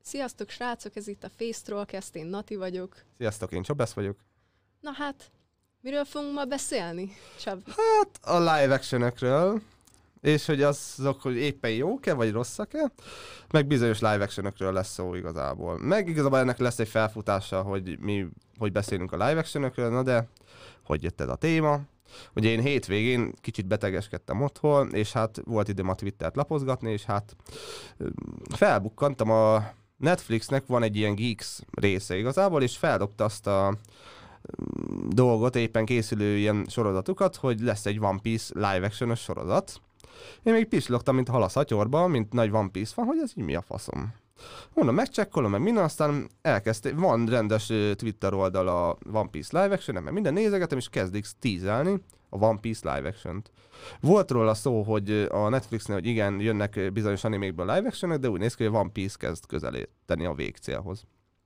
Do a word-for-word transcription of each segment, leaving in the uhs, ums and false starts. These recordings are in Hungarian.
Sziasztok srácok, ez itt a Face Trollcast, én Nati vagyok. Sziasztok, én Csabesz vagyok. Na hát, miről fogunk ma beszélni, Csab? Hát a live actionökről, és hogy azok, hogy éppen jók-e, vagy rosszak-e, meg bizonyos live actionökről lesz szó igazából. Meg igazából ennek lesz egy felfutása, hogy mi, hogy beszélünk a live actionökről, na de hogy jött ez a téma? Ugye én hétvégén kicsit betegeskedtem otthon, és hát volt időm a Twittert lapozgatni, és hát felbukkantam a Netflixnek, van egy ilyen Geeks része igazából, és feldobta azt a dolgot, éppen készülő ilyen sorozatukat, hogy lesz egy One Piece live action-ös sorozat. Én még pislogtam, mint hal a szatyorba, mint nagy One Piece van, hogy ez így mi a faszom. Mondom, megcsekkolom, meg minden, aztán elkezdte, van rendes Twitter oldal a One Piece live action, meg minden nézegetem, és kezdik tízelni a One Piece live action-t. Volt róla szó, hogy a Netflixnél, hogy igen, jönnek bizonyos animékből live action-ök, de úgy néz ki, hogy a One Piece kezd közelíteni a végcélhoz.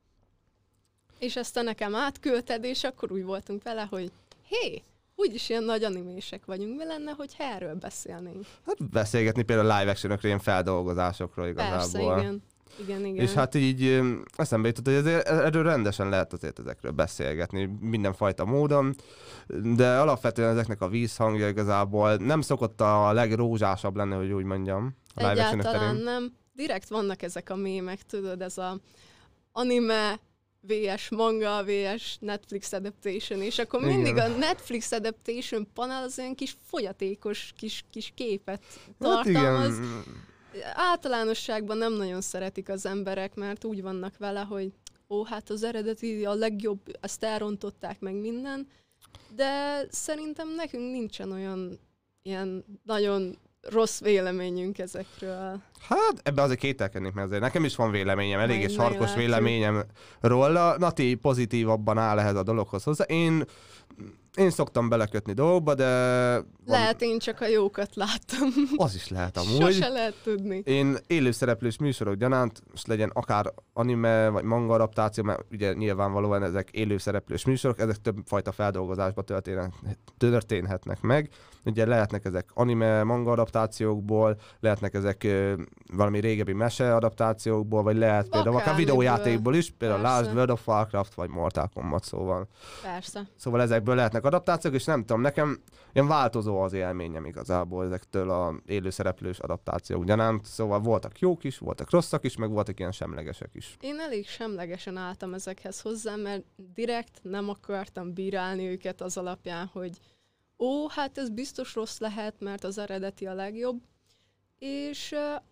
És ezt te nekem átküldted, és akkor úgy voltunk vele, hogy hé, úgyis ilyen nagy animések vagyunk, mi lenne, hogy erről beszélnénk? Hát beszélgetni például live action-ökről, ilyen feldolgozásokról igazából. Persze, igen. Igen, igen. És hát így eszembe jutott, hogy ezért, erről rendesen lehet azért ezekről beszélgetni, mindenfajta módon, de alapvetően ezeknek a vízhangja igazából nem szokott a legrózsásabb lenni, hogy úgy mondjam. Egyáltalán nem. Direkt vannak ezek a mémek, tudod, ez a anime vs manga vs Netflix adaptation, és akkor igen, mindig a Netflix adaptation panel az olyan kis fogyatékos kis, kis képet tartalmaz. Hát általánosságban nem nagyon szeretik az emberek, mert úgy vannak vele, hogy ó, hát az eredeti a legjobb, ezt elrontották meg minden, de szerintem nekünk nincsen olyan ilyen nagyon rossz véleményünk ezekről. Hát ebbe azért kételkednék, mert azért nekem is van véleményem, eléggé Majd sarkos meglátjuk. véleményem róla. Nati pozitívabban áll ehhez a dologhoz hozzá. Én, én szoktam belekötni dolgokba, de... Lehet, én csak a jókat láttam. Az is lehet amúgy. Sose lehet tudni. Én élőszereplős műsorok gyanánt, most legyen akár anime vagy manga adaptáció, mert ugye nyilvánvalóan ezek élőszereplős műsorok, ezek több fajta feldolgozásba történhetnek meg. Ugye lehetnek ezek anime, manga adaptációkból, lehetnek ezek ö, valami régebbi mese adaptációkból, vagy lehet például akár videójátékból is, például lásd World of Warcraft, vagy Mortal Kombat, szóval. Persze. Szóval ezekből lehetnek adaptációk, és nem tudom, nekem ilyen változó az élményem igazából ezektől a élőszereplős adaptációk gyanánt, szóval voltak jók is, voltak rosszak is, meg voltak ilyen semlegesek is. Én elég semlegesen álltam ezekhez hozzá, mert direkt nem akartam bírálni őket az alapján, hogy ó, hát ez biztos rossz lehet, mert az eredeti a legjobb. És uh,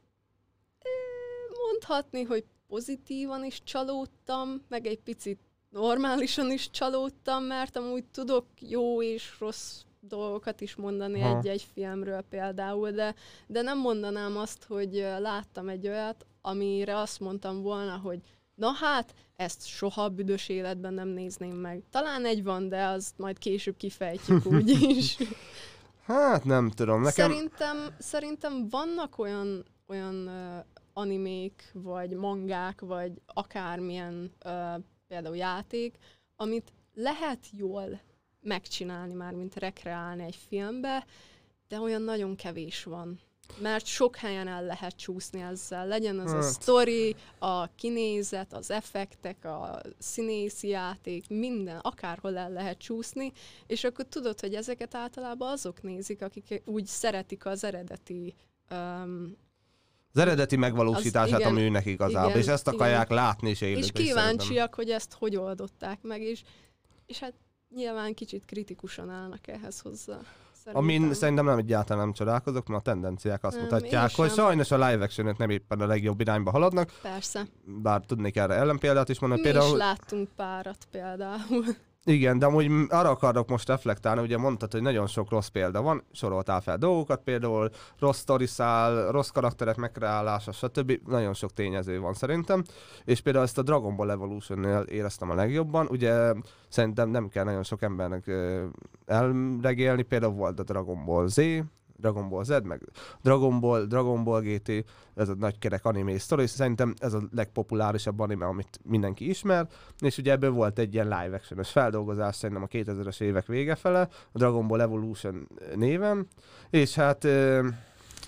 mondhatni, hogy pozitívan is csalódtam, meg egy picit normálisan is csalódtam, mert amúgy tudok jó és rossz dolgokat is mondani ha. egy-egy filmről például, de, de nem mondanám azt, hogy láttam egy olyat, amire azt mondtam volna, hogy na hát, ezt soha büdös életben nem nézném meg. Talán egy van, de azt majd később kifejtjük úgyis. Hát nem tudom, nekem... Szerintem, szerintem vannak olyan, olyan uh, animék, vagy mangák, vagy akármilyen uh, például játék, amit lehet jól megcsinálni már, mint rekreálni egy filmbe, de olyan nagyon kevés van. Mert sok helyen el lehet csúszni ezzel. Legyen az a sztori, a kinézet, az effektek, a színészi játék, minden, akárhol el lehet csúszni, és akkor tudod, hogy ezeket általában azok nézik, akik úgy szeretik az eredeti... Um, az eredeti megvalósítását, az, igen, ami őnek igazából, és ezt akarják igen. látni és élőben. És kíváncsiak, hogy ezt hogy oldották meg, és, és hát nyilván kicsit kritikusan állnak ehhez hozzá. Szerintem. Amin szerintem nem egyáltalán nem csodálkozok, mert a tendenciák azt nem, mutatják, hogy sajnos a live action nem éppen a legjobb irányba haladnak. Persze. Bár tudnék erre ellenpéldát is mondani. Mi például... is láttunk párat például. Igen, de amúgy arra akarok most reflektálni, ugye mondtad, hogy nagyon sok rossz példa van, soroltál fel dolgokat, például rossz sztoriszál, rossz karakterek megkreálása, stb. Nagyon sok tényező van szerintem, és például ezt a Dragon Ball Evolution-nél éreztem a legjobban, ugye szerintem nem kell nagyon sok embernek elregélni, például volt a Dragon Ball Z, Dragon Ball Z, meg Dragon Ball, Dragon Ball gé té, ez a nagy kerek anime sztori, és szerintem ez a legpopulárisabb anime, amit mindenki ismer, és ugye ebből volt egy ilyen live action-ös feldolgozás szerintem a kétezres évek vége fele, a Dragon Ball Evolution néven, és hát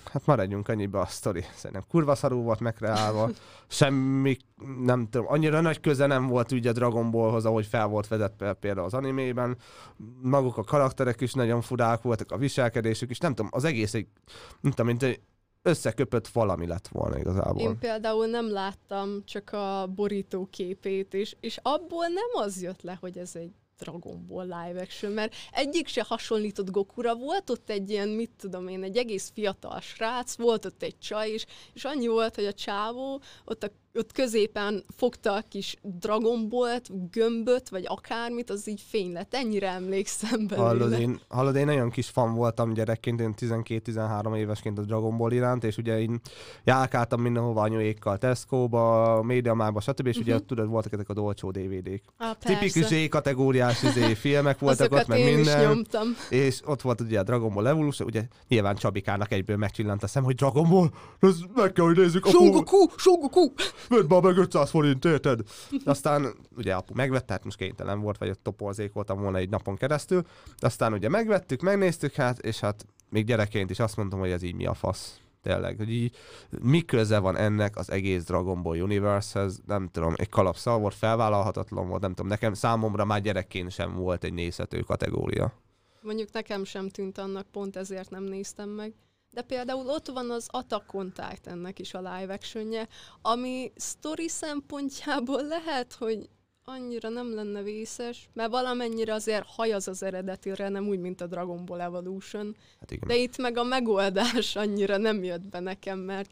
hát maradjunk annyiba a sztori. Szerintem kurva szarú volt megreálva. Semmi, nem tudom, annyira nagy köze nem volt ugye a Dragon Ballhoz, ahogy fel volt vezetve például az animében. Maguk a karakterek is nagyon furák voltak, a viselkedésük is, nem tudom, az egész egy, nem tudom, mint egy összeköpött valami lett volna igazából. Én például nem láttam csak a borító képét, és, és abból nem az jött le, hogy ez egy Dragon Ball live action, mert egyik se hasonlított Gokura, volt ott egy ilyen, mit tudom én, egy egész fiatal srác, volt ott egy csaj is, és annyi volt, hogy a csávó ott, a, ott középen fogta a kis Dragon Ballt, gömböt, vagy akármit, az így fény lett, ennyire emlékszem belőle. Hallod, én, hallod, én nagyon kis fan voltam gyerekként, én tizenkét-tizenhárom évesként a Dragon Ball iránt, és ugye én járkáltam mindenhova anyuékkal, Tesco-ba, Mediamarktba, stb. És uh-huh. ugye tudod, voltak ezek a olcsó dé vé dé-k. Ah, tipikus Z-kategóriás izé, filmek voltak azokat ott, meg én minden. Is nyomtam. És ott volt ugye a Dragon Ball Evolution, ugye nyilván Csabikának egyből megcsillant a szem, hogy Dragon Ball, ez meg kell, hogy nézzük. Son Goku, Son Goku! Vedd már meg ötszáz forint, érted? Aztán ugye apu megvett, tehát most kénytelen volt, vagy ott toporzékoltam volna egy napon keresztül. Aztán ugye megvettük, megnéztük hát, és hát még gyerekként is azt mondtam, hogy ez így mi a fasz. Tényleg, hogy így mi köze van ennek az egész Dragon Ball Universe-hez, nem tudom, egy kalapszal volt, felvállalhatatlan volt, nem tudom, nekem számomra már gyerekként sem volt egy nézhető kategória. Mondjuk nekem sem tűnt annak, pont ezért nem néztem meg. De például ott van az Attack on Titannek is a live actionje, ami sztori szempontjából lehet, hogy annyira nem lenne vészes, mert valamennyire azért hajaz az eredetire, nem úgy, mint a Dragon Ball Evolution. Hát igen. De itt meg a megoldás annyira nem jött be nekem, mert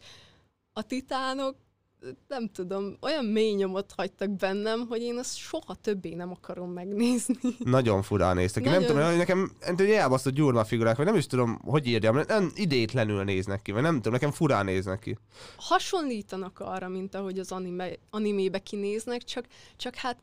a titánok, nem tudom, olyan mély nyomot hagytak bennem, hogy én azt soha többé nem akarom megnézni. Nagyon furán néztek ki. Nagyon... Nem tudom, hogy nekem hogy elbaszott gyurma figurák, vagy nem is tudom, hogy írjam, nem idétlenül néznek ki, vagy nem tudom, nekem furán néznek ki. Hasonlítanak arra, mint ahogy az anime, animébe kinéznek, csak, csak hát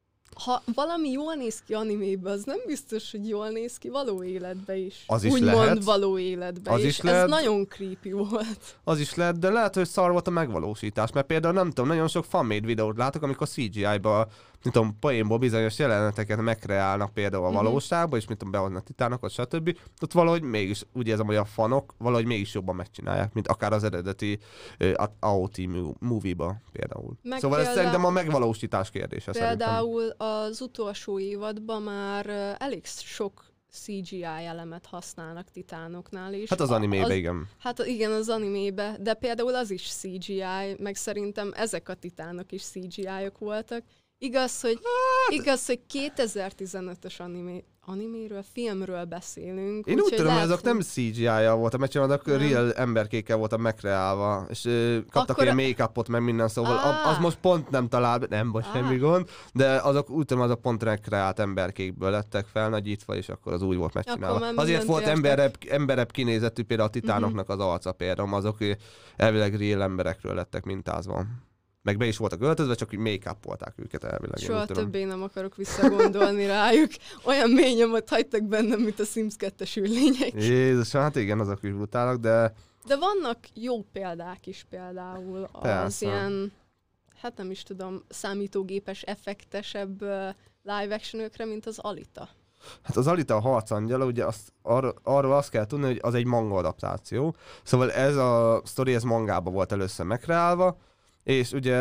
ha valami jól néz ki animébe, az nem biztos, hogy jól néz ki való életbe is. Az is úgymond lehet. való életbe az is. is Ez lehet. nagyon creepy volt. Az is lehet, de lehet, hogy szar volt a megvalósítás, mert például nem tudom, nagyon sok fanmade videót látok, amikor cé gé í-ba, nem tudom, poénból bizonyos jeleneteket megkreálnak például a Mhm. valóságba, és mit tudom, behoznak titánokat, stb. Ott valahogy mégis, úgy érzem, hogy a fanok valahogy mégis jobban megcsinálják, mint akár az eredeti uh, á o té movie-ba például. Meg szóval ez például- szerintem a megvalósítás kérdése szerintem. Például az utolsó évadban már ö, elég sok cé gé í elemet használnak titánoknál is. Hát az A- animébe, igen. Hát igen, az animébe, de például az is cé gé í, meg szerintem ezek a titánok is cé gé í-ok voltak. Igaz, hogy, Hát- igaz, hogy kétezer-tizenötös animé, animéről, filmről beszélünk. Én úgy úgyhogy tudom, hogy lehet, azok nem cé gé í-jal voltak megcsinálva, Nem. real emberkékkel voltak megreálva, és ö, kaptak Akkor ilyen a- make-upot, meg minden, szóval Á. a, az most pont nem talál, be- nem vagy Á. semmi gond, de azok úgy tudom, azok pont megreált emberkékből lettek felnagyítva, és akkor az úgy volt megcsinálva. már Azért mindent volt értek. emberebb, emberebb kinézetű, például a titánoknak az arca például, azok ö, elvileg real emberekről lettek mintázva. Meg be is voltak öltözve, csak úgy make-upolták őket elvileg. én Soha úgy tudom. többé nem akarok visszagondolni rájuk. Olyan mély nyomot hagytak bennem, mint a Sims kettes űrlények. Jézus, hát igen, azok is brutálak, de De vannak jó példák is például az Persze. ilyen, hát nem is tudom, számítógépes, effektesebb uh, live actionökre, mint az Alita. hát az Alita a harcangyala, ugye azt, arra, arról azt kell tudni, hogy az egy manga adaptáció. Szóval ez a sztori, ez mangába volt először megreálva, és ugye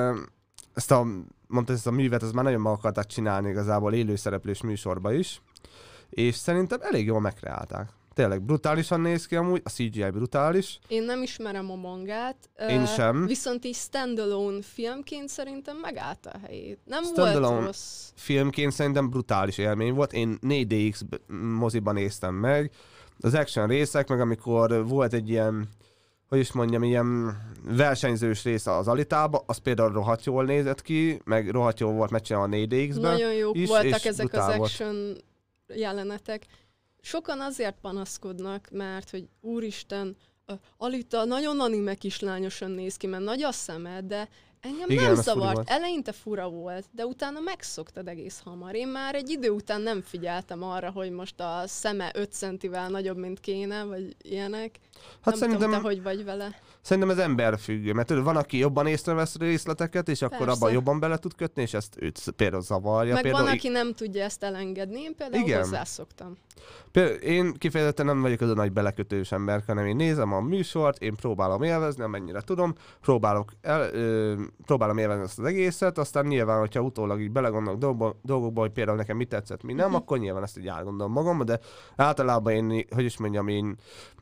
ezt a, mondta, ezt a művet, ez már nagyon meg akarták csinálni igazából élőszereplős műsorba is, és szerintem elég jól megreálták. Tényleg brutálisan néz ki amúgy, a cé gé í brutális. Én nem ismerem a mangát. Én uh, sem. Viszont így standalone filmként szerintem megállta a helyét. Nem Standalone volt rossz. Filmként szerintem brutális élmény volt. Én négy dé iksz moziban néztem meg. Az action részek, meg amikor volt egy ilyen, hogy is mondjam, ilyen versenyzős része az Alitába, az például rohadt jól nézett ki, meg rohadt jól volt megcsinálva a négy dé iksz-ben. Nagyon jók is, voltak és ezek az brutál volt. action jelenetek. Sokan azért panaszkodnak, mert hogy úristen, uh, Alita nagyon anime kislányosan néz ki, mert nagy a szeme, de engem Igen, nem az fura zavart. volt. Eleinte fura volt, de utána megszoktad egész hamar. Én már egy idő után nem figyeltem arra, hogy most a szeme öt centivel nagyobb, mint kéne, vagy ilyenek. Hát nem szerintem, tudom, te hogy vagy vele. Szerintem ez emberfüggő, mert tudod, van, aki jobban észrevesz részleteket, és akkor Persze. abban jobban bele tud kötni, és ezt őt például zavarja. Meg például, van, aki nem tudja ezt elengedni, én például Igen. hozzászoktam. Például én kifejezetten nem vagyok az a nagy belekötős ember, hanem én nézem a műsort, én próbálom élvezni, amennyire tudom, próbálok el, ö, próbálom élvezni ezt az egészet, aztán nyilván, hogyha utólag így belegondolok dolgokba, dolgokba, hogy például nekem mit tetszett, mi nem, Uh-huh. akkor nyilván ezt így átgondolom magamba, de általában én, hogy is mondjam, én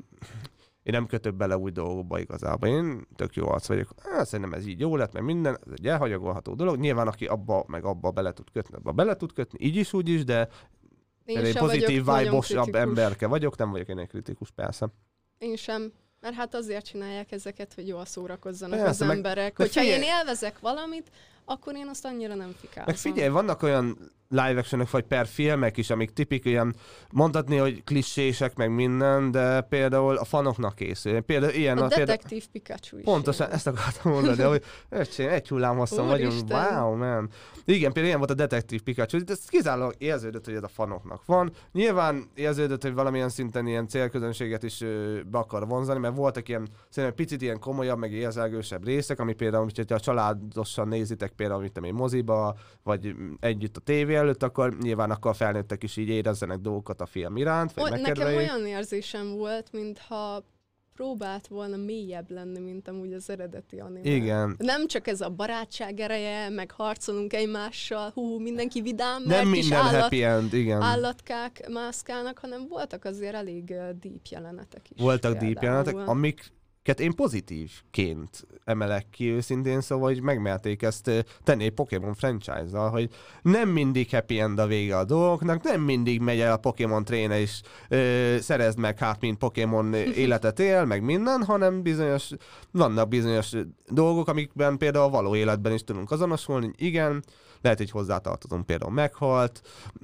Én nem kötök bele új dolgokba igazából. Én tök jó arc vagyok. Á, szerintem ez így jó lett, mert minden, ez egy elhanyagolható dolog. Nyilván, aki abba, meg abba bele tud kötni, abba bele tud kötni, így is, úgy is, de Én, én egy sem pozitív, vagyok nagyon vibe-osabb kritikus. emberke vagyok, nem vagyok én egy kritikus, persze. Én sem. Mert hát azért csinálják ezeket, hogy jól szórakozzanak Persze, az meg- emberek. meg Hogyha figyelj- én élvezek valamit, akkor én azt annyira nem fikázom. Meg figyelj, vannak olyan live actionok, vagy per filmek is, amik tipik ilyen, mondhatni, hogy klisések, meg minden, de például a fanoknak készül. Például ilyen... A például, detektív Pikachu is. Pontosan, ilyen. ezt akartam mondani, hogy öcsém, egy hullám hosszan vagyunk, Úristen. wow, man. Igen, például ilyen volt a detektív Pikachu, de ez kizárólag érződött, hogy ez a fanoknak van. Nyilván érződött, hogy valamilyen szinten ilyen célközönséget is ö, be akar vonzani, mert voltak ilyen, szerintem picit ilyen komolyabb, meg érzelgősebb részek, ami például, hogyha családosan nézitek például, mit tudom én, moziba, vagy együtt a tévé előtt, akkor nyilván akkor a felnőttek is így érezzenek dolgokat a film iránt, vagy O, nekem megkedveljék. olyan érzésem volt, mintha próbált volna mélyebb lenni, mint amúgy az eredeti anime. Igen. Nem csak ez a barátság ereje, meg harcolunk egymással, hú, mindenki vidám, Nem mert kis minden állat, happy end, igen. állatkák mászkálnak, hanem voltak azért elég uh, deep jelenetek is. Voltak például. deep jelenetek, amiket én pozitívként emelek ki őszintén, szóval, hogy megmerték ezt ö, tenni egy Pokémon franchise-zal, hogy nem mindig happy end a vége a dolgoknak, nem mindig megy el a Pokémon tréne és ö, szerezd meg hát, mint Pokémon életet él, meg minden, hanem bizonyos, vannak bizonyos dolgok, amikben például a való életben is tudunk azonosulni, igen, lehet, hogy hozzátartozunk, például meghalt,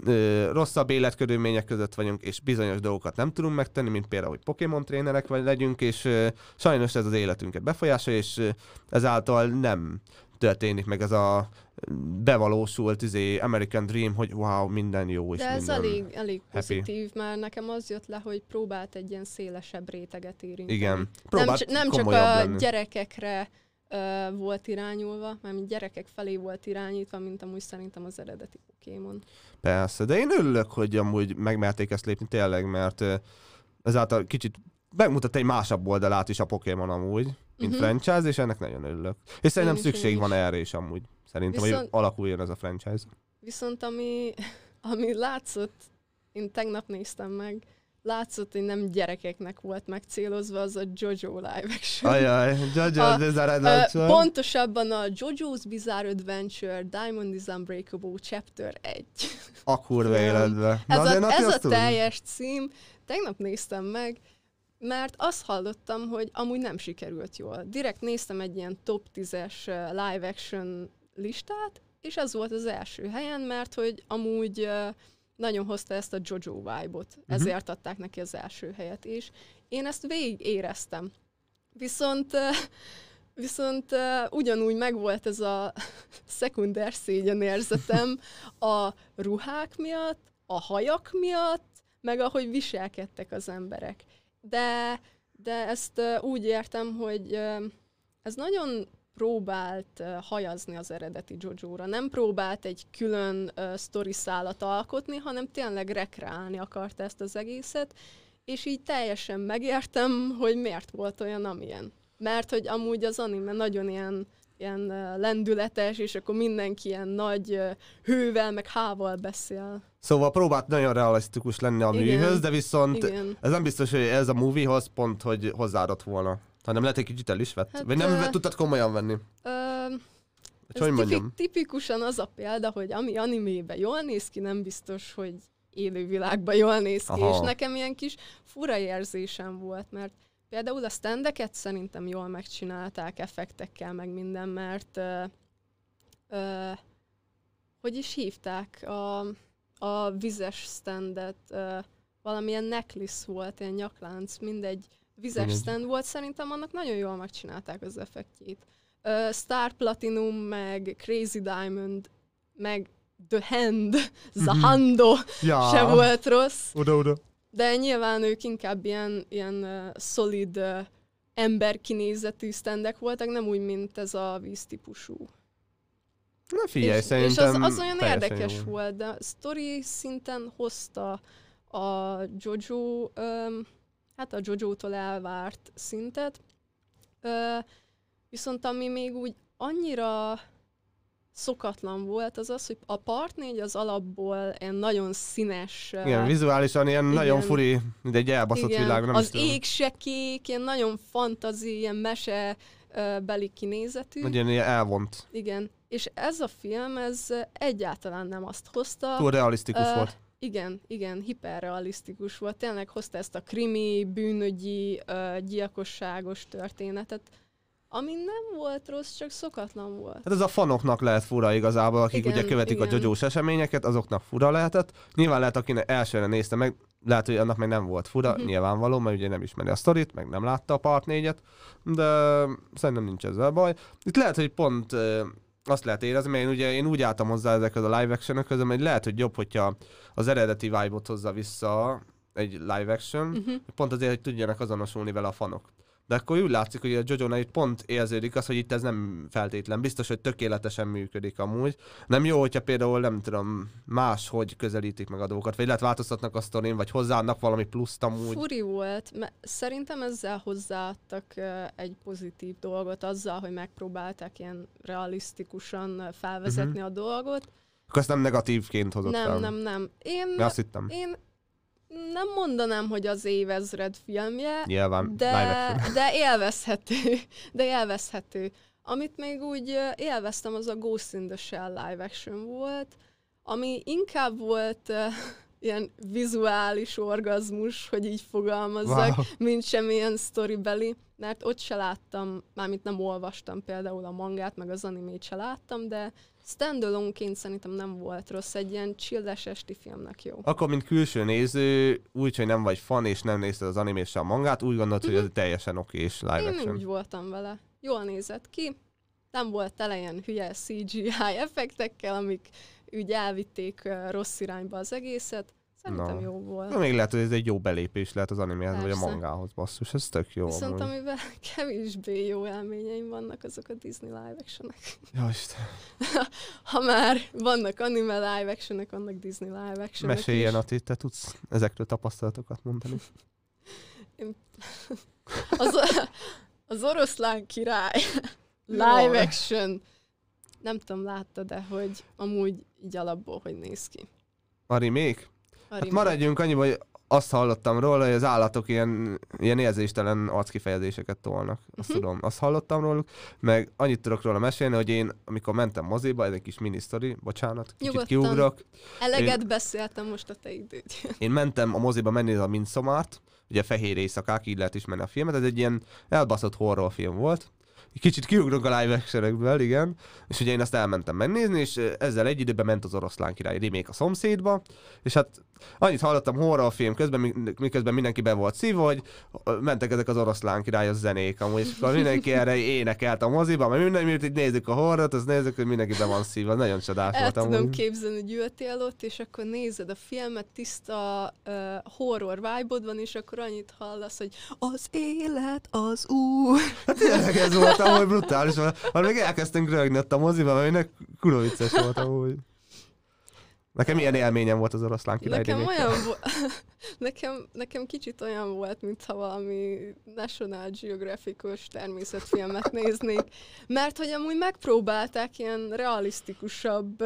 ö, rosszabb életkörülmények között vagyunk, és bizonyos dolgokat nem tudunk megtenni, mint például, hogy Pokémon trénerek vagy legyünk, és ö, sajnos ez az életünket befolyásolja, és ö, ezáltal nem történik meg ez a bevalósult izé, American Dream, hogy wow, minden jó, és De ez minden elég, elég happy. pozitív, mert nekem az jött le, hogy próbált egy ilyen szélesebb réteget érinteni. Igen. Nem, Próbált c- nem csak komolyabb a lenni. gyerekekre uh, volt irányulva, mert gyerekek felé volt irányítva, mint amúgy szerintem az eredeti Pokémon. Persze, de én örülök, hogy amúgy megmerték ezt lépni tényleg, mert ö, ezáltal kicsit megmutat egy másabb oldalát is a Pokémon amúgy, mint Mhm. franchise, és ennek nagyon örülök. És szerintem Én is, szükség én van is. erre is amúgy. Szerintem, hogy Viszont- alakuljon ez a franchise. Viszont ami, ami látszott, én tegnap néztem meg, látszott, hogy nem gyerekeknek volt megcélozva, az a JoJo live action. Ajaj, JoJo's A- Bizarre Ö, Adventure. pontosabban a JoJo's Bizarre Adventure Diamond is Unbreakable Chapter egy. A kurva Nem. életbe. Ez de a, Nati, ez a azt tudod? teljes cím. Tegnap néztem meg, mert azt hallottam, hogy amúgy nem sikerült jól. Direkt néztem egy ilyen top tízes uh, live action listát, és ez volt az első helyen, mert hogy amúgy uh, nagyon hozta ezt a JoJo vibe-ot. Mhm. Ezért adták neki az első helyet is. Én ezt végig éreztem. Viszont, uh, viszont uh, ugyanúgy megvolt ez a szekunder szégyenérzetem a ruhák miatt, a hajak miatt, meg ahogy viselkedtek az emberek. De, de ezt uh, úgy értem, hogy uh, ez nagyon próbált uh, hajazni az eredeti JoJo-ra. Nem próbált egy külön uh, sztori szálat alkotni, hanem tényleg rekreálni akarta ezt az egészet, és így teljesen megértem, hogy miért volt olyan, amilyen. Mert hogy amúgy az anime nagyon ilyen, ilyen uh, lendületes, és akkor mindenki ilyen nagy uh, hővel, meg hával beszél. Szóval próbált nagyon realisztikus lenni a Igen. műhöz, de viszont Igen. ez nem biztos, hogy ez a moviehoz pont, hogy hozzáadott volna. hanem lehet egy kicsit el is vett. Hát, Vagy nem ö, tudtad komolyan venni. Ö, Hogy ez hogy mondjam? tipi- tipikusan az a példa, hogy ami animében jól néz ki, nem biztos, hogy élővilágban jól néz ki, Aha. és nekem ilyen kis fura érzésem volt, mert például a standeket szerintem jól megcsinálták effektekkel, meg minden, mert ö, ö, hogy is hívták a, a vizes standet, ö, valamilyen necklace volt, ilyen nyaklánc, mindegy, vizes Mindegy. stand volt, szerintem annak nagyon jól megcsinálták az effektjét. Uh, Star Platinum, meg Crazy Diamond, meg The Hand, Zahando Ja. se volt rossz. Oda-oda. de nyilván ők inkább ilyen, ilyen uh, szolid uh, emberkinézetű sztendek voltak, nem úgy, mint ez a víztípusú. Na figyelj, és, szerintem és az, az olyan érdekes jó. volt, de sztori szinten hozta a JoJo, um, hát a JoJo-tól elvárt szintet, uh, viszont ami még úgy annyira szokatlan volt, az az, hogy a Part négy az alapból ilyen nagyon színes... Igen, vizuálisan ilyen igen, nagyon furi, mint egy elbaszott igen, világ. Nem az ég se kék, ilyen nagyon fantazi, ilyen mese uh, beli kinézetű. Nagyon ilyen elvont. Igen, és ez a film, ez egyáltalán nem azt hozta. Túl realisztikus uh, volt. Igen, igen, hiperrealisztikus volt. Tényleg hozta ezt a krimi, bűnögyi, uh, gyilkosságos történetet, ami nem volt rossz, csak szokatlan volt. Hát ez a fanoknak lehet fura igazából, akik igen, ugye követik igen. a JoJo-s eseményeket, azoknak fura lehetett. Nyilván lehet, akinek elsőre nézte meg, lehet, hogy annak meg nem volt fura, uh-huh. nyilvánvaló, mert ugye nem ismeri a sztorit, meg nem látta a Part négyet, de szerintem nincs ezzel baj. Itt lehet, hogy pont uh, azt lehet érezni, mert én, ugye, én úgy álltam hozzá ezekhez a live action-ökhöz, hogy lehet, hogy jobb, hogyha az eredeti vibe-ot hozza vissza egy live action, uh-huh. pont azért, hogy tudjanak azonosulni vele a fanok. De akkor úgy látszik, hogy a JoJo-nál itt pont érződik az, hogy itt ez nem feltétlen. Biztos, hogy tökéletesen működik amúgy. Nem jó, hogyha például nem tudom, máshogy közelítik meg a dolgokat, vagy lehet változtatnak a sztorin, vagy hozzáadnak valami pluszt amúgy. Furi volt, mert szerintem ezzel hozzáadtak egy pozitív dolgot azzal, hogy megpróbálták ilyen realisztikusan felvezetni uh-huh. a dolgot. Akkor ezt nem negatívként hozott nem, fel. Nem, nem, nem. Én, azt hittem. Én nem mondanám, hogy az évezred filmje, Nyilván, de, de élvezhető. De élvezhető. Amit még úgy élveztem, az a Ghost in the Shell live action volt, ami inkább volt uh, ilyen vizuális orgazmus, hogy így fogalmazzak, wow. mint semmilyen sztoribeli, mert ott se láttam, mármint nem olvastam például a mangát, meg az animét se láttam, de standalone-ként szerintem nem volt rossz, egy ilyen chilles esti filmnek jó. Akkor, mint külső néző, úgy, hogy nem vagy fan, és nem nézted az animét sem a mangát, úgy gondolod, mm-hmm. hogy ez teljesen okés live Én action. Én úgy voltam vele. Jól nézett ki. Nem volt tele ilyen hülye cé gé i effektekkel, amik úgy elvitték uh, rossz irányba az egészet. Szerintem no. jó volt. Na, még lehet, hogy ez egy jó belépés lehet az animéhez, vagy a mangához, basszus, ez tök jó. Viszont amúgy. Amivel kevésbé jó élményeim vannak, azok a Disney live actionek. Ja, Isten. Ha már vannak anime live actionek, vannak Disney live actionek. Meséljen, Ati, te tudsz ezekről tapasztalatokat mondani. Én... az, az Oroszlán király live action. Nem tudom, láttad-e, hogy amúgy így alapból hogy néz ki. A remake? Hát maradjunk annyiba, hogy azt hallottam róla, hogy az állatok ilyen, ilyen érzéstelen arckifejezéseket tolnak. Azt uh-huh. tudom, azt hallottam róluk. Meg annyit tudok róla mesélni, hogy én, amikor mentem moziba, ez egy kis minisztori, bocsánat, kicsit Nyugodtan. kiugrok. Eleget én, beszéltem most a te időd. Én mentem a moziba menni a Midsommart, ugye Fehér éjszakák, így lehet ismerni a filmet, ez egy ilyen elbaszott horrorfilm volt. Kicsit kiugrok a live action-ekből, igen. És ugye én azt elmentem megnézni, és ezzel egy időben ment az Oroszlán király remake a szomszédba, és hát annyit hallottam horrorfilm közben, miközben mindenki be volt szívva, hogy mentek ezek az Oroszlán királyos zenék amúgy, és akkor mindenki erre énekelt a moziba, mert minden, miért így nézzük a horrort, az nézzük, hogy mindenki be van szívva, nagyon csodás El volt amúgy. tudom képzelni, hogy ültél ott, és akkor nézed a filmet, tiszta uh, horror vibe-od van, és akkor annyit hallasz, hogy az élet az úr. Hát tényleg ez volt amúgy brutális, mert még elkezdtünk rögni ott a moziba, mert mindenki kurva vicces volt amúgy. Nekem ilyen élményem volt az Oroszlán király. Nekem olyan vo- nekem, nekem kicsit olyan volt, mintha valami National Geographic-os természetfilmet néznék, mert hogy amúgy megpróbálták ilyen realisztikusabb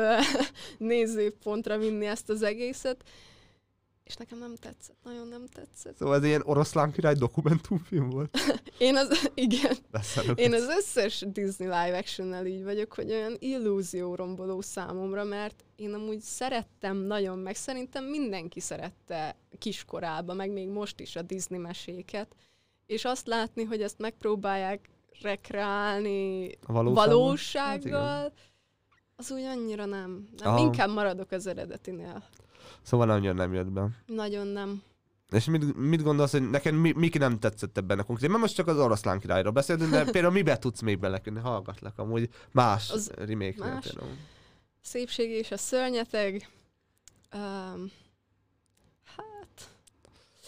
nézőpontra vinni ezt az egészet, és nekem nem tetszett, nagyon nem tetszett. Szóval ez ilyen Oroszlán király dokumentumfilm volt? Én az, igen. Beszélök Én az összes Disney live action-nel így vagyok, hogy olyan illúzió romboló számomra, mert én amúgy szerettem nagyon, meg szerintem mindenki szerette kiskorában, meg még most is a Disney meséket, és azt látni, hogy ezt megpróbálják rekreálni valósággal, hát az úgy annyira nem. nem. Inkább maradok az eredetinél. Szóval nagyon nem jött be. Nagyon nem. És mit, mit gondolsz, hogy neked mi, mi nem tetszett ebben a konkrét? Mert most csak az Oroszlán királyról beszélünk, de például miben tudsz még belekenni? Hallgatlak amúgy más remake-nél például. Szépség és a szörnyeteg. Um, hát...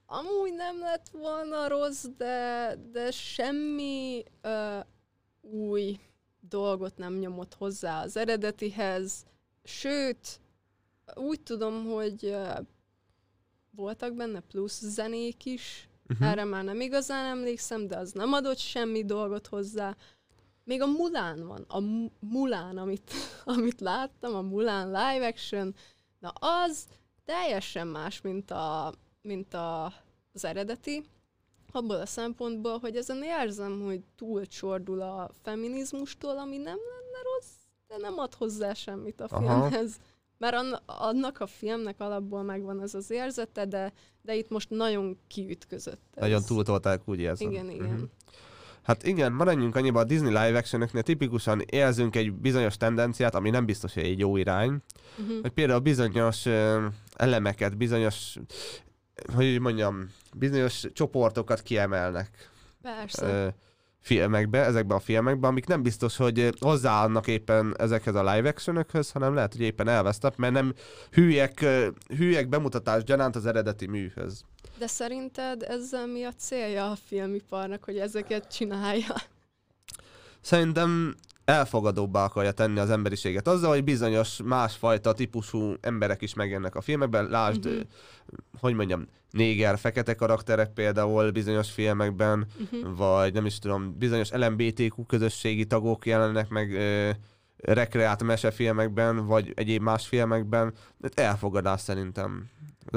amúgy nem lett volna rossz, de, de semmi ö, új dolgot nem nyomott hozzá az eredetihez. Sőt, úgy tudom, hogy ö, voltak benne plusz zenék is, uh-huh. Erre már nem igazán emlékszem, de az nem adott semmi dolgot hozzá. Még a Mulan van, a Mulan, amit, amit láttam, a Mulan live action, na az teljesen más, mint, a, mint a, az eredeti, abból a szempontból, hogy ezen érzem, hogy túlcsordul a feminizmustól, ami nem lenne rossz, de nem ad hozzá semmit a Aha. filmhez. Mert annak a filmnek alapból megvan ez az érzete, de, de itt most nagyon kiütközött. Ez. Nagyon túltolták, úgy érzem. Igen, igen. Uh-huh. Hát igen, maradjunk annyiba, a Disney live actionöknél tipikusan érzünk egy bizonyos tendenciát, ami nem biztos, hogy egy jó irány. Uh-huh. Hogy például bizonyos uh, elemeket, bizonyos, hogy mondjam, bizonyos csoportokat kiemelnek. Persze. Uh, filmekbe, ezekbe a filmekbe, amik nem biztos, hogy hozzáadnak éppen ezekhez a live actionökhöz, hanem lehet, hogy éppen elvesztek, mert nem hülyek, hülyek bemutatás gyanánt az eredeti műhöz. De szerinted ezzel mi a célja a filmiparnak, hogy ezeket csinálja? Szerintem elfogadóbbá akarja tenni az emberiséget azzal, hogy bizonyos másfajta típusú emberek is megjelennek a filmekben. Lásd, uh-huh. hogy mondjam, néger, fekete karakterek például bizonyos filmekben, uh-huh. vagy nem is tudom, bizonyos el em bé té kú közösségi tagok jelennek meg ö, rekreált mesefilmekben, vagy egyéb más filmekben. Elfogadás szerintem.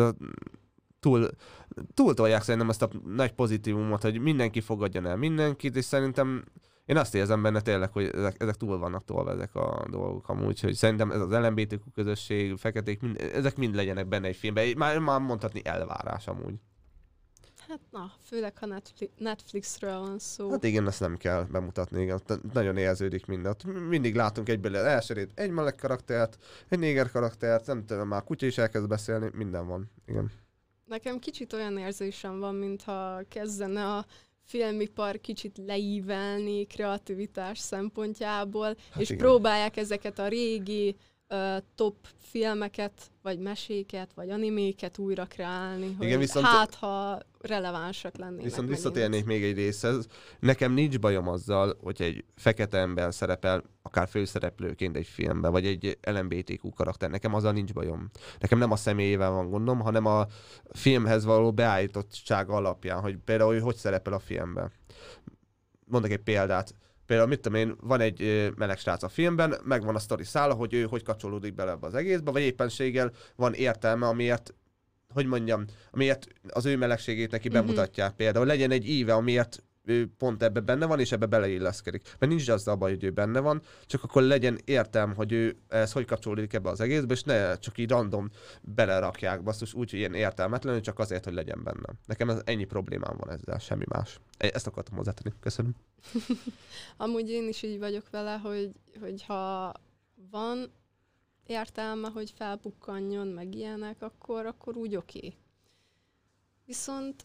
Túl, túltolják szerintem azt a nagy pozitívumot, hogy mindenki fogadjon el mindenkit, és szerintem én azt érzem benne tényleg, hogy ezek, ezek túl vannak tolva ezek a dolgok amúgy, hogy szerintem ez az el em bé té kú közösség, feketék, mind, ezek mind legyenek benne egy filmben. Már, már mondhatni elvárás amúgy. Hát na, főleg ha Netflix, Netflixről van szó. Hát igen, ezt nem kell bemutatni, igen. Nagyon érződik minden. Mindig látunk egyből elsőrét egy meleg karaktert, egy néger karaktert, nem tudom, már kutya is elkezd beszélni, minden van, igen. Nekem kicsit olyan érzésem van, mintha kezdene a filmipar kicsit leívelni kreativitás szempontjából, hát és igen. próbálják ezeket a régi uh, top filmeket, vagy meséket, vagy animéket újra kreálni, hogy igen, viszont, hát, ha relevánsak lennének. Viszont visszatérnék még egy részhez. Nekem nincs bajom azzal, hogy egy fekete ember szerepel, akár főszereplőként egy filmben, vagy egy el em bé té kú karakter. Nekem azzal nincs bajom. Nekem nem a személyével van gondom, hanem a filmhez való beállítottság alapján, hogy például hogy, hogy szerepel a filmben. Mondok egy példát. Például, mit tudom én, van egy ö, meleg srác a filmben, megvan a sztori szála, hogy ő hogy kapcsolódik bele ebbe az egészbe, vagy éppenséggel van értelme, amiért, hogy mondjam, amiért az ő melegségét neki mm-hmm. bemutatják például. Legyen egy íve, amiért ő pont ebbe benne van, és ebbe beleilleszkedik. Mert nincs az a baj, hogy ő benne van, csak akkor legyen értelme, hogy ő ez hogy kapcsolódik ebbe az egészbe, és ne csak így random belerakják, basszus úgy, hogy ilyen értelmetlenül, csak azért, hogy legyen benne. Nekem ez, ennyi problémám van ezzel, semmi más. Ezt akartam hozzátenni. Köszönöm. Amúgy én is így vagyok vele, hogy, hogy ha van értelme, hogy felbukkanjon, meg ilyenek, akkor, akkor úgy oké. Okay. Viszont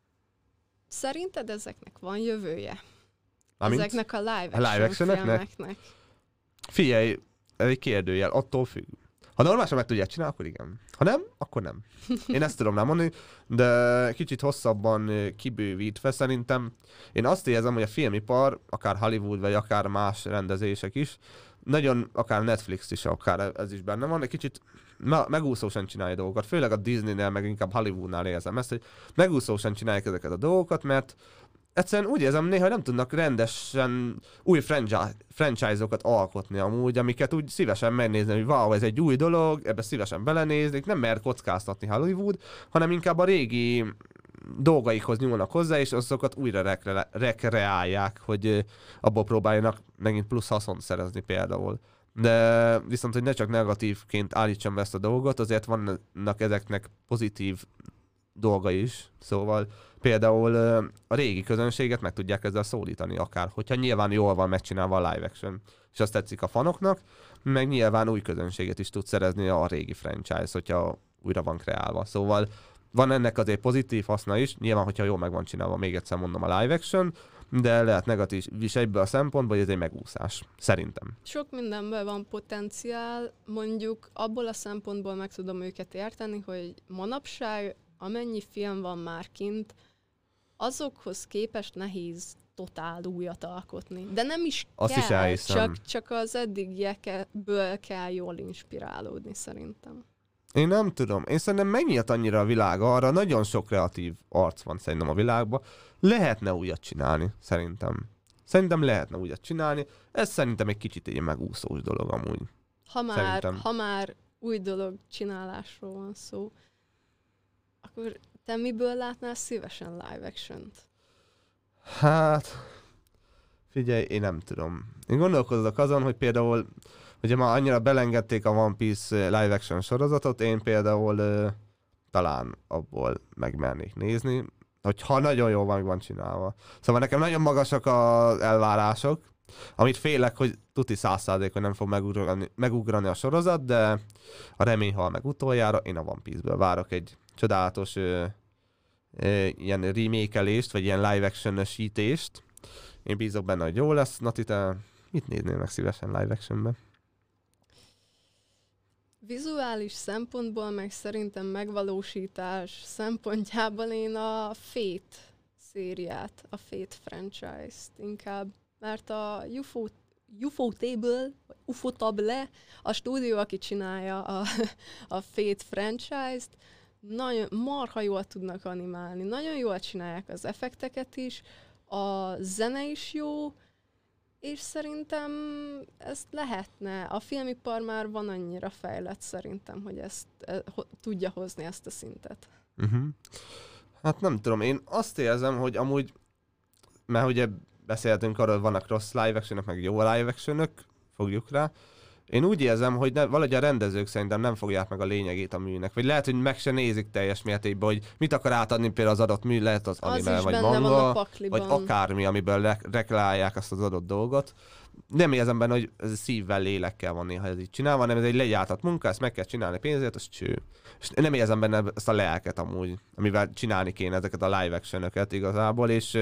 szerinted ezeknek van jövője? Amint? Ezeknek a live action, live action filmeknek? Figyelj, ez egy kérdőjel, attól függ. Ha normálisan meg tudják csinálni, akkor igen. Ha nem, akkor nem. Én ezt tudom nem mondani, de kicsit hosszabban kibővítve szerintem. Én azt érzem, hogy a filmipar, akár Hollywood, vagy akár más rendezések is, nagyon, akár Netflix is, akár ez is benne van, egy kicsit megúszósan csinálja dolgokat. Főleg a Disney-nél, meg inkább Hollywoodnál érzem ezt, hogy megúszósan csinálják ezeket a dolgokat, mert egyszerűen úgy érzem, néha nem tudnak rendesen új franchise-okat alkotni amúgy, amiket úgy szívesen megnézni, hogy wow, ez egy új dolog, ebbe szívesen belenéznék, nem mer kockáztatni Hollywood, hanem inkább a régi dolgaikhoz nyúlnak hozzá, és azokat újra rekre- rekreálják, hogy abból próbáljanak megint plusz haszont szerezni például. De viszont, hogy ne csak negatívként állítsam be ezt a dolgot, azért vannak ezeknek pozitív dolga is, szóval például a régi közönséget meg tudják ezzel szólítani akár, hogyha nyilván jól van megcsinálva a live action, és azt tetszik a fanoknak, meg nyilván új közönséget is tud szerezni a régi franchise, hogyha újra van kreálva. Szóval van ennek azért pozitív haszna is, nyilván, hogyha jól meg van csinálva, még egyszer mondom, a live action, de lehet negatív is ebből a szempontból, hogy ez egy megúszás. Szerintem. Sok mindenben van potenciál, mondjuk abból a szempontból meg tudom őket érteni, hogy manapság amennyi film van már kint, azokhoz képest nehéz totál újat alkotni. De nem is Azt kell, is csak, csak az eddigiekből kell jól inspirálódni szerintem. Én nem tudom. Én szerintem megnyílt annyira a világ arra, nagyon sok kreatív arc van szerintem a világban. Lehetne újat csinálni, szerintem. Szerintem lehetne újat csinálni. Ez szerintem egy kicsit egy megúszós dolog amúgy. Ha már, ha már új dolog csinálásról van szó, akkor te miből látnál szívesen live action-t? Hát, figyelj, én nem tudom. Én gondolkozok azon, hogy például, ugye már annyira belengedték a One Piece live action sorozatot, én például uh, talán abból megmernék nézni, hogyha nagyon jól van, van csinálva. Szóval nekem nagyon magasak az elvárások, amit félek, hogy tuti száz százalékon nem fog megugrani, megugrani a sorozat, de a remény hal meg utoljára, én a One Piece-ből várok egy csodálatos uh, uh, ilyen remake-elést, vagy ilyen live action-ösítést. Én bízok benne, hogy jó lesz. Nati, te mit néznél meg szívesen live actionben? Vizuális szempontból, meg szerintem megvalósítás szempontjából én a Fate szériát, a Fate franchise-t inkább, mert a U F O, Ufotable, vagy Ufotable, a stúdió, aki csinálja a, a Fate franchise-t, nagyon marha jól tudnak animálni, nagyon jól csinálják az effekteket is, a zene is jó, és szerintem ezt lehetne. A filmipar már van annyira fejlett szerintem, hogy ezt e, ho, tudja hozni ezt a szintet. Uh-huh. Hát nem tudom, én azt érzem, hogy amúgy, mert ugye beszéltünk arról, hogy vannak rossz live actionok, meg jó live actionok, fogjuk rá. Én úgy érzem, hogy ne, valahogy a rendezők szerintem nem fogják meg a lényegét a műnek. Vagy lehet, hogy meg se nézik teljes mértékben, hogy mit akar átadni például az adott mű, lehet az, az anime, vagy manga, vagy akármi, amiből le- rekreálják azt az adott dolgot. Nem érzem benne, hogy ez szívvel, lélekkel van néha ez így csinálva, hanem ez egy legyártott munka, ezt meg kell csinálni pénzért, az cső. És nem érzem benne ezt a lelket amúgy, amivel csinálni kéne ezeket a live action-öket igazából, és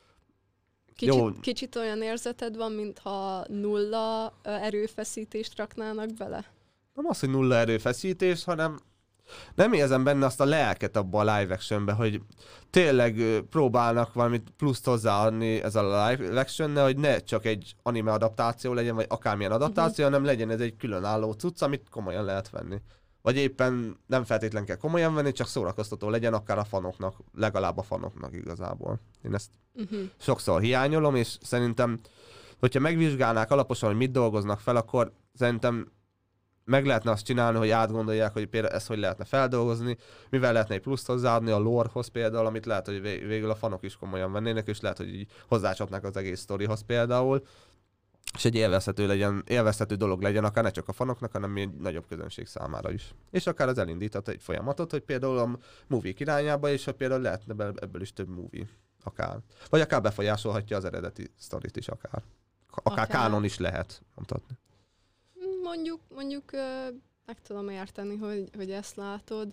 Kicsit, kicsit olyan érzeted van, mintha nulla erőfeszítést raknának bele? Nem az, hogy nulla erőfeszítés, hanem nem érzem benne azt a lelket abba a live actionbe, hogy tényleg próbálnak valamit pluszt hozzáadni ez a live action, hogy ne csak egy anime adaptáció legyen, vagy akármilyen adaptáció, uh-huh. hanem legyen ez egy különálló cucc, amit komolyan lehet venni. Vagy éppen nem feltétlenül kell komolyan venni, csak szórakoztató legyen akár a fanoknak, legalább a fanoknak igazából. Én ezt uh-huh. sokszor hiányolom, és szerintem, hogyha megvizsgálnák alaposan, hogy mit dolgoznak fel, akkor szerintem meg lehetne azt csinálni, hogy átgondolják, hogy például ezt hogy lehetne feldolgozni, mivel lehetne egy pluszt hozzáadni a lorehoz például, amit lehet, hogy végül a fanok is komolyan vennének, és lehet, hogy így hozzácsapnak az egész sztorihoz például, és egy élvezhető legyen, élvezhető dolog legyen, akár ne csak a fanoknak, hanem egy nagyobb közönség számára is. És akár az elindíthat egy folyamatot, hogy például a movie irányába, és hogy például lehetne ebből is több movie, akár. Vagy akár befolyásolhatja az eredeti sztorit is, akár. Akár, akár. kánon is lehet mondhatni. Mondjuk, mondjuk meg tudom érteni, hogy, hogy ezt látod.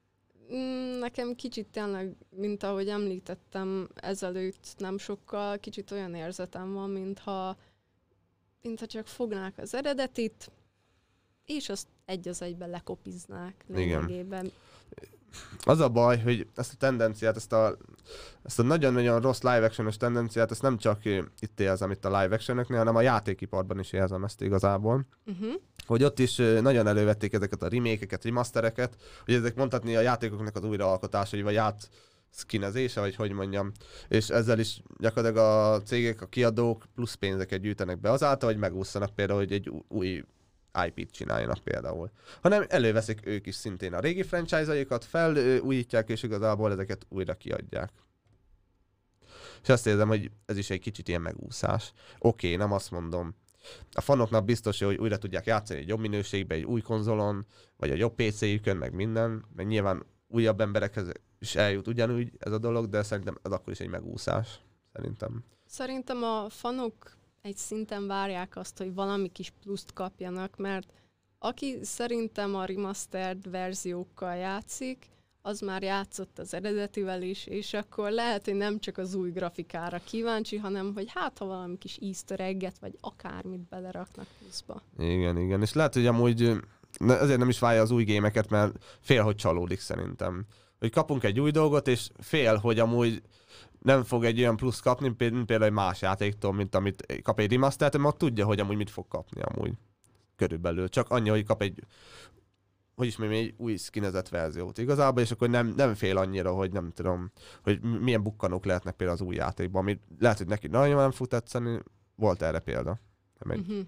Nekem kicsit tényleg, mint ahogy említettem ezelőtt nem sokkal, kicsit olyan érzetem van, mintha mintha csak fognák az eredetit, és azt egy az egyben lekopiznák lényegében. Igen. Az a baj, hogy ezt a tendenciát, ezt a, ezt a nagyon-nagyon rossz live action-os tendenciát, ezt nem csak itt érzem itt a live action-öknél, hanem a játékiparban is érzem ezt igazából. Uh-huh. Hogy ott is nagyon elővették ezeket a remake-eket, remastereket, hogy ezek mondhatni a játékoknak az újraalkotásai, vagy át skinezése, vagy hogy mondjam, és ezzel is gyakorlatilag a cégek, a kiadók plusz pénzeket gyűjtenek be azáltal, hogy megúszanak például, hogy egy új i pét csináljanak például. Hanem előveszik ők is szintén a régi franchise-aikat, felújítják, és igazából ezeket újra kiadják. És azt érzem, hogy ez is egy kicsit ilyen megúszás. Oké, okay, nem azt mondom. A fanoknak biztos, hogy újra tudják játszani egy jobb minőségben, egy új konzolon, vagy a jobb pé cé-jükön, meg minden, meg nyilván újabb emberekhez is eljut ugyanúgy ez a dolog, de szerintem ez akkor is egy megúszás. Szerintem. Szerintem a fanok egy szinten várják azt, hogy valami kis pluszt kapjanak, mert aki szerintem a remastered verziókkal játszik, az már játszott az eredetivel is, és akkor lehet, hogy nem csak az új grafikára kíváncsi, hanem hogy hát, ha valami kis easter egget, vagy akármit beleraknak pluszba. Igen, igen, és lehet, hogy amúgy ezért nem is várja az új gémeket, mert fél, hogy csalódik szerintem. hogy kapunk egy új dolgot, és fél, hogy amúgy nem fog egy olyan plusz kapni, mint például egy más játéktól, mint amit kap egy remastert, mert tudja, hogy amúgy mit fog kapni amúgy. Körülbelül. Csak annyi, hogy kap egy, hogy is mondjam, egy új skinezett verziót igazából, és akkor nem, nem fél annyira, hogy nem tudom, hogy milyen bukkanók lehetnek például az új játékban, ami lehet, hogy neki nagyon nem fog tetszeni. Volt erre példa. Nem egy... uh-huh.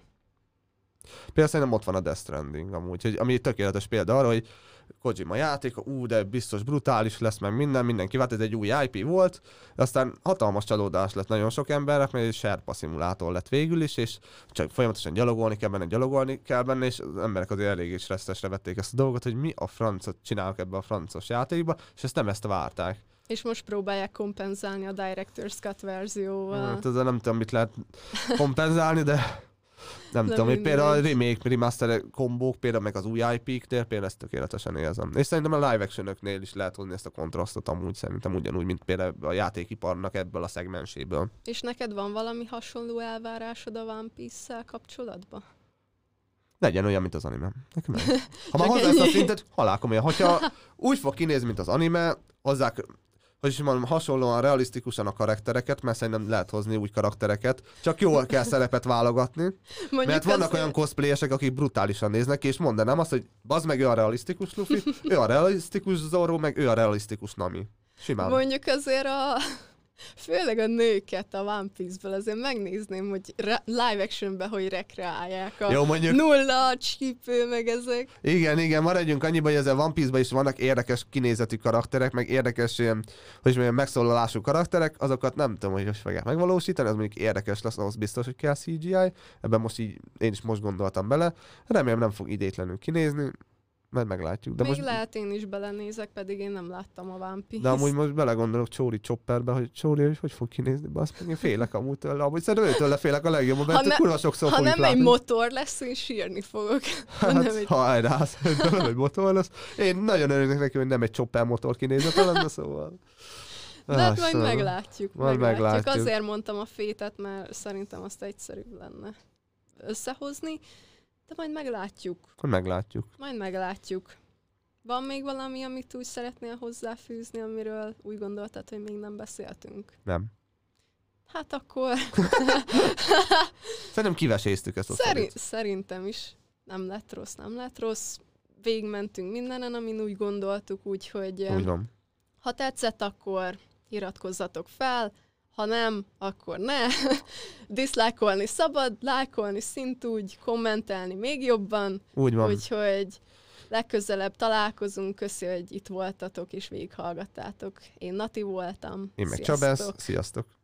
Például szerintem ott van a Death Stranding amúgy, hogy, ami tökéletes példa arra, hogy Kojima játék, ú, de biztos brutális lesz, meg minden, mindenki vált, ez egy új i pé volt, aztán hatalmas csalódás lett nagyon sok embernek, mert egy serpa szimulátor lett végül is, és csak folyamatosan gyalogolni kell benne, gyalogolni kell benne, és az emberek azért eléggé stresszesre vették ezt a dolgot, hogy mi a francot csinálok ebbe a francos játékba, és ezt nem ezt várták. És most próbálják kompenzálni a Director's Cut verzióval. Hát ezzel nem tudom, mit lehet kompenzálni, de... Nem, nem tudom, hogy például a remake, remaster kombók, például meg az új i pé-knél, például ezt tökéletesen érzem. És szerintem a live action-öknél is lehet hozni ezt a kontrasztot amúgy szerintem ugyanúgy, mint például a játékiparnak ebből a szegmenséből. És neked van valami hasonló elvárásod a One Piece-szel kapcsolatban? Legyen olyan, mint az anime. Nekem nem. Ha már hozzá ezt a szintet, halálkomolyan. Hogyha úgy fog kinézni, mint az anime, hozzák... hogy is mondom, hasonlóan realisztikusan a karaktereket, mert szerintem lehet hozni úgy karaktereket, csak jól kell szerepet válogatni. Mondjuk mert vannak azért... olyan cosplayesek, akik brutálisan néznek ki, és mondanám azt, hogy bazd meg ő a realisztikus Luffy, ő a realisztikus Zoro, meg ő a realisztikus Nami. Simán. Mondjuk azért a... Főleg a nőket a One Piece-ből azért megnézném, hogy re- live actionben, hogy rekreálják a Jó, mondjuk... nulla, csípő, meg ezek. Igen, igen, maradjunk annyiban, hogy ezzel One Piece-ben is vannak érdekes kinézetű karakterek, meg érdekes ilyen, hogy mondjam, megszólalású karakterek, azokat nem tudom, hogy hogy fogják megvalósítani, az mondjuk érdekes lesz, ahhoz biztos, hogy kell cé gé í, ebben most így, én is most gondoltam bele, remélem nem fog idétlenül kinézni, mert meglátjuk. De még most... lehet én is belenézek, pedig én nem láttam a One Piece. De amúgy most belegondolok Chori Chopperbe, hogy Chori hogy, hogy fog kinézni, basz, meg én félek amúgy tőle, amúgy szerintem őtőle félek a legjobban, mert ne, kurva sokszor ha nem látni. egy motor lesz, én sírni fogok. Hát, nem egy... hajrá, szerintem nem egy motor lesz. Én nagyon örülök neki, hogy nem egy Chopper motor kinézete lenne, szóval... De hát majd szóval. meglátjuk, majd meglátjuk. meglátjuk. Azért mondtam a fétet, mert szerintem azt egyszerűbb lenne összehozni, de majd meglátjuk. Majd meglátjuk. Majd meglátjuk. Van még valami, amit úgy szeretnél hozzáfűzni, amiről úgy gondoltad, hogy még nem beszéltünk? Nem. Hát akkor... Szerintem kiveséztük ezt a Szerint, Szerintem is. Nem lett rossz, nem lett rossz. Végigmentünk mindenen, amin úgy gondoltuk, úgyhogy... Úgy van. Ha tetszett, akkor iratkozzatok fel, ha nem, akkor ne. Diszlájkolni szabad, lájkolni szintúgy, kommentelni még jobban. Úgy van. Úgyhogy legközelebb találkozunk. Köszi, hogy itt voltatok és végighallgattátok. Én Nati voltam. Én meg Csabesz. Sziasztok!